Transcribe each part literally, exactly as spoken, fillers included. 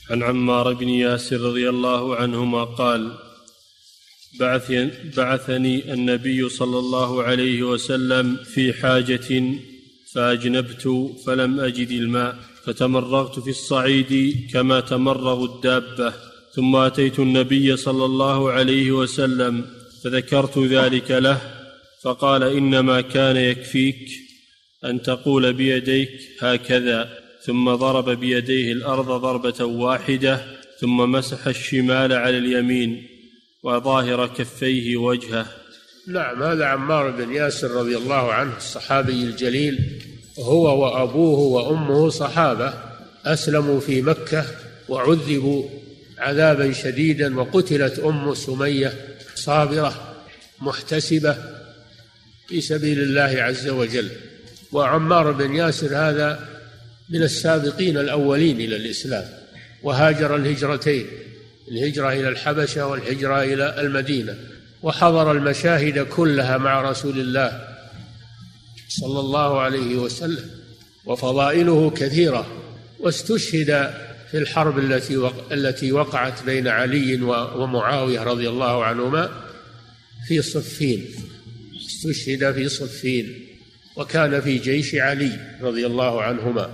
عن عمار بن ياسر رضي الله عنهما قال: بعثني النبي صلى الله عليه وسلم في حاجة فأجنبت فلم أجد الماء، فتمرغت في الصعيد كما تمرغ الدابة، ثم أتيت النبي صلى الله عليه وسلم فذكرت ذلك له، فقال: إنما كان يكفيك أن تقول بيديك هكذا، ثم ضرب بيديه الأرض ضربة واحدة، ثم مسح الشمال على اليمين وظاهر كفيه وجهه. نعم، هذا عمار بن ياسر رضي الله عنه الصحابي الجليل، هو وأبوه وأمه صحابة أسلموا في مكة وعذبوا عذابا شديدا، وقتلت أم سمية صابرة محتسبة في سبيل الله عز وجل. وعمار بن ياسر هذا من السابقين الأولين إلى الإسلام، وهاجر الهجرتين، الهجرة إلى الحبشة والهجرة إلى المدينة، وحضر المشاهد كلها مع رسول الله صلى الله عليه وسلم، وفضائله كثيرة. واستشهد في الحرب التي التي وقعت بين علي ومعاوية رضي الله عنهما في صفين، استشهد في صفين، وكان في جيش علي رضي الله عنهما.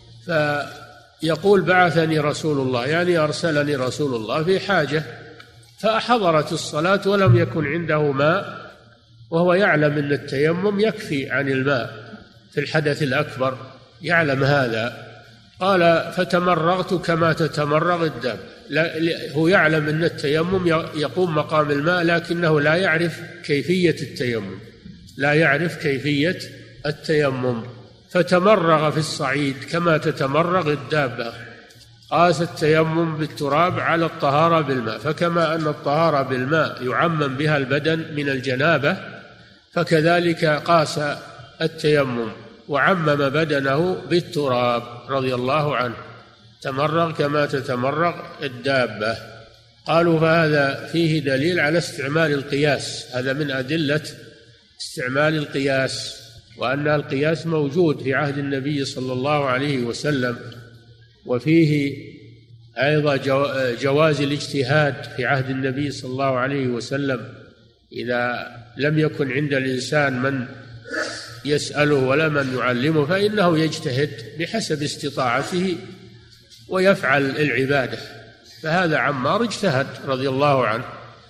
فيقول: بعثني رسول الله، يعني أرسلني رسول الله في حاجة، فأحضرت الصلاة ولم يكن عنده ماء، وهو يعلم أن التيمم يكفي عن الماء في الحدث الأكبر، يعلم هذا. قال: فتمرغت كما تتمرغ الدابة. هو يعلم أن التيمم يقوم مقام الماء، لكنه لا يعرف كيفية التيمم، لا يعرف كيفية التيمم. فتمرغ في الصعيد كما تتمرغ الدابة. قاس التيمم بالتراب على الطهارة بالماء، فكما أن الطهارة بالماء يعمم بها البدن من الجنابة، فكذلك قاس التيمم وعمم بدنه بالتراب رضي الله عنه. تمرغ كما تتمرغ الدابة. قالوا: فهذا فيه دليل على استعمال القياس، هذا من أدلة استعمال القياس، وأن القياس موجود في عهد النبي صلى الله عليه وسلم، وفيه أيضا جواز الاجتهاد في عهد النبي صلى الله عليه وسلم، إذا لم يكن عند الإنسان من يسأله ولا من يعلمه فإنه يجتهد بحسب استطاعته ويفعل العبادة. فهذا عمار اجتهد رضي الله عنه،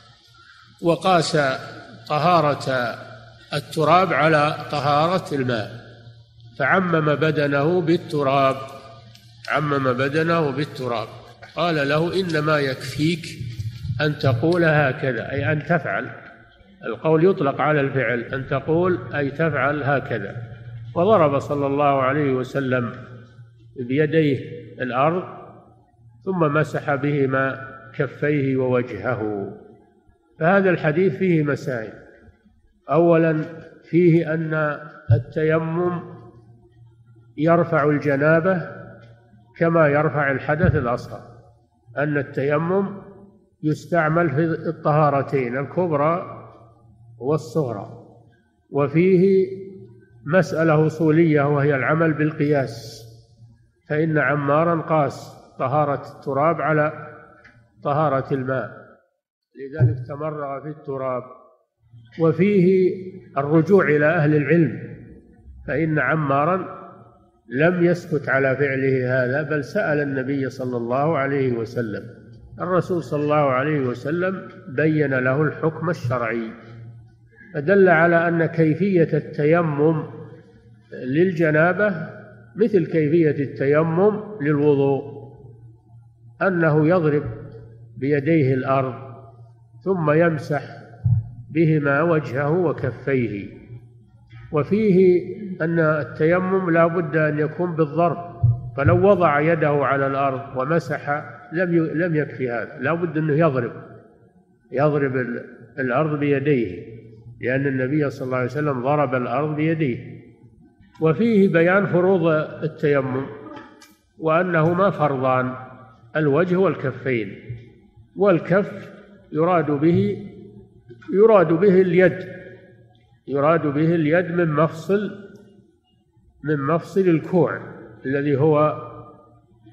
وقاس طهارة التراب على طهارة الماء، فعمم بدنه بالتراب، عمم بدنه بالتراب. قال له: إنما يكفيك أن تقول هكذا، أي أن تفعل. القول يطلق على الفعل، أن تقول أي تفعل هكذا. وضرب صلى الله عليه وسلم بيديه الأرض، ثم مسح بهما كفيه ووجهه. فهذا الحديث فيه مسائل. أولا، فيه أن التيمم يرفع الجنابة كما يرفع الحدث الأصغر، أن التيمم يستعمل في الطهارتين الكبرى والصغرى. وفيه مسألة أصولية وهي العمل بالقياس، فإن عمارا قاس طهارة التراب على طهارة الماء، لذلك تمرغ في التراب. وفيه الرجوع إلى أهل العلم، فإن عمارا لم يسكت على فعله هذا، بل سأل النبي صلى الله عليه وسلم. الرسول صلى الله عليه وسلم بين له الحكم الشرعي، فدل على أن كيفية التيمم للجنابة مثل كيفية التيمم للوضوء، أنه يضرب بيديه الأرض ثم يمسح بهما وجهه وكفيه. وفيه أن التيمم لا بد أن يكون بالضرب، فلو وضع يده على الأرض ومسح لم يكفي هذا، لا بد أنه يضرب يضرب الأرض بيديه، لأن النبي صلى الله عليه وسلم ضرب الأرض بيديه. وفيه بيان فروض التيمم، وأنهما فرضان: الوجه والكفين. والكف يراد به يراد به اليد، يراد به اليد من مفصل من مفصل الكوع الذي هو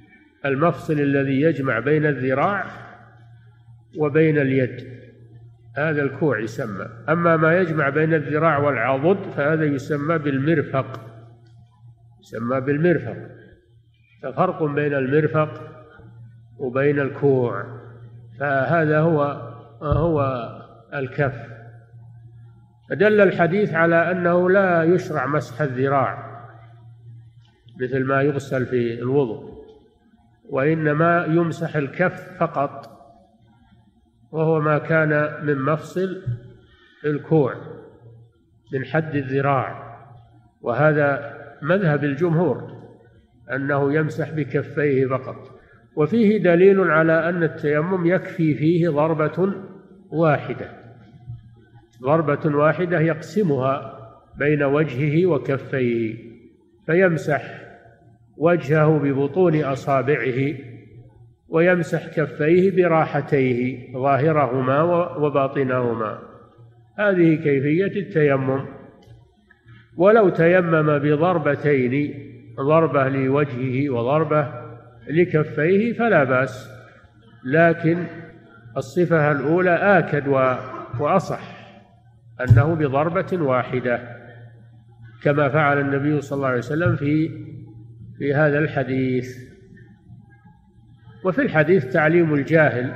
المفصل الذي يجمع بين الذراع وبين اليد، هذا الكوع يسمى. أما ما يجمع بين الذراع والعضد فهذا يسمى بالمرفق، يسمى بالمرفق. ففرق بين المرفق وبين الكوع، فهذا هو هو الكف. فدل الحديث على أنه لا يشرع مسح الذراع مثل ما يغسل في الوضوء، وإنما يمسح الكف فقط، وهو ما كان من مفصل الكوع من حد الذراع. وهذا مذهب الجمهور أنه يمسح بكفيه فقط. وفيه دليل على أن التيمم يكفي فيه ضربة واحدة، ضربة واحدة يقسمها بين وجهه وكفيه، فيمسح وجهه ببطون أصابعه ويمسح كفيه براحتيه ظاهرهما وباطنهما. هذه كيفية التيمم. ولو تيمم بضربتين، ضربة لوجهه وضربة لكفيه فلا بأس، لكن الصفة الأولى آكد وأصح، أنه بضربة واحدة كما فعل النبي صلى الله عليه وسلم في في هذا الحديث. وفي الحديث تعليم الجاهل،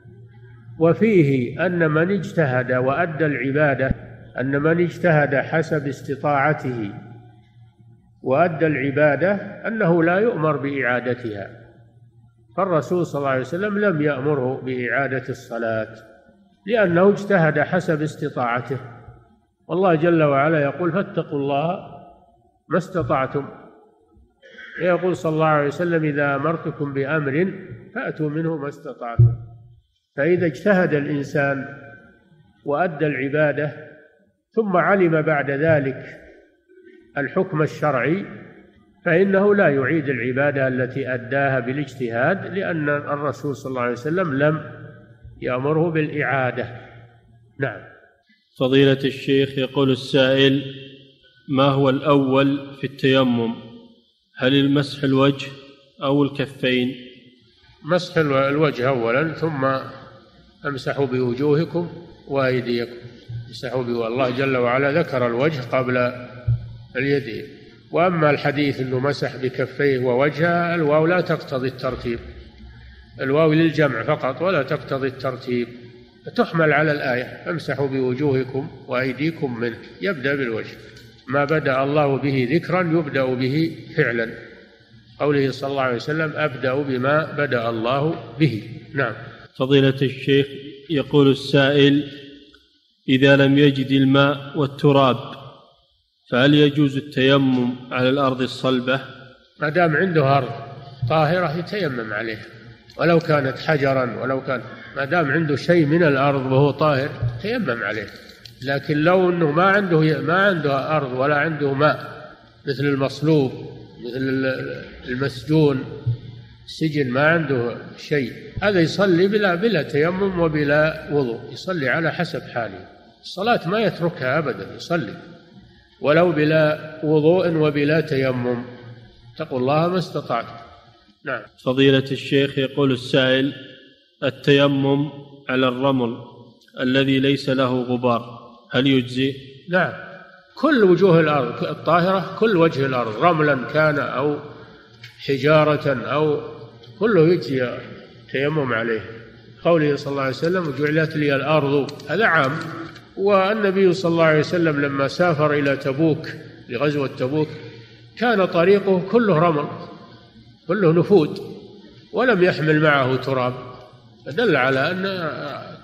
وفيه أن من اجتهد وأدى العبادة، أن من اجتهد حسب استطاعته وأدى العبادة أنه لا يؤمر بإعادتها. فالرسول صلى الله عليه وسلم لم يأمره بإعادة الصلاة لأنه اجتهد حسب استطاعته. والله جل وعلا يقول: فاتقوا الله ما استطعتم. يقول صلى الله عليه وسلم: إذا أمرتكم بأمر فأتوا منه ما استطعتم. فإذا اجتهد الإنسان وأدى العبادة ثم علم بعد ذلك الحكم الشرعي فإنه لا يعيد العبادة التي أداها بالاجتهاد، لأن الرسول صلى الله عليه وسلم لم يأمره بالإعادة. نعم. فضيلة الشيخ، يقول السائل: ما هو الأول في التيمم؟ هل المسح الوجه أو الكفين؟ مسح الوجه أولا، ثم امسحوا بوجوهكم وأيديكم. امسحوا بوجه، الله جل وعلا ذكر الوجه قبل اليدين. وأما الحديث أنه مسح بكفيه ووجهه، الواو لا تقتضي الترتيب، الواو للجمع فقط ولا تقتضي الترتيب، تحمل على الآية: امسحوا بوجوهكم وأيديكم منه. يبدأ بالوجه، ما بدأ الله به ذكرا يبدأ به فعلا. قوله صلى الله عليه وسلم: أبدأ بما بدأ الله به. نعم. فضيلة الشيخ، يقول السائل: إذا لم يجد الماء والتراب فهل يجوز التيمم على الأرض الصلبة؟ ما دام عنده أرض طاهرة يتيمم عليها، ولو كانت حجرا، ولو كان ما دام عنده شيء من الأرض وهو طاهر تيمم عليه. لكن لو أنه ما عنده ما عنده أرض ولا عنده ماء، مثل المصلوب، مثل المسجون، السجن، ما عنده شيء، هذا يصلي بلا بلا تيمم وبلا وضوء، يصلي على حسب حاله. الصلاة ما يتركها أبدا، يصلي ولو بلا وضوء وبلا تيمم. اتقوا الله ما استطعتم. نعم. فضيلة الشيخ، يقول السائل: التيمم على الرمل الذي ليس له غبار هل يجزي؟ نعم، كل وجوه الأرض الطاهرة، كل وجه الأرض رملا كان أو حجارة أو كله يجزي تيمم عليه. قوله صلى الله عليه وسلم: جعلت لي الأرض، هذا عام. والنبي صلى الله عليه وسلم لما سافر إلى تبوك لغزوة تبوك كان طريقه كله رمل، كله نفود، ولم يحمل معه تراب، فدل على أن